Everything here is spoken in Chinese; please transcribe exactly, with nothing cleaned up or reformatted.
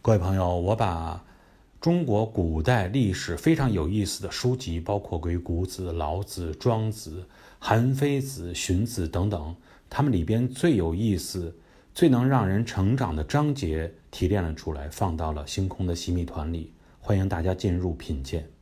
各位朋友，我把中国古代历史非常有意思的书籍，包括鬼谷子、老子、庄子、韩非子、荀子等等，他们里边最有意思、最能让人成长的章节提炼了出来，放到了星空的洗米团里，欢迎大家进入品鉴。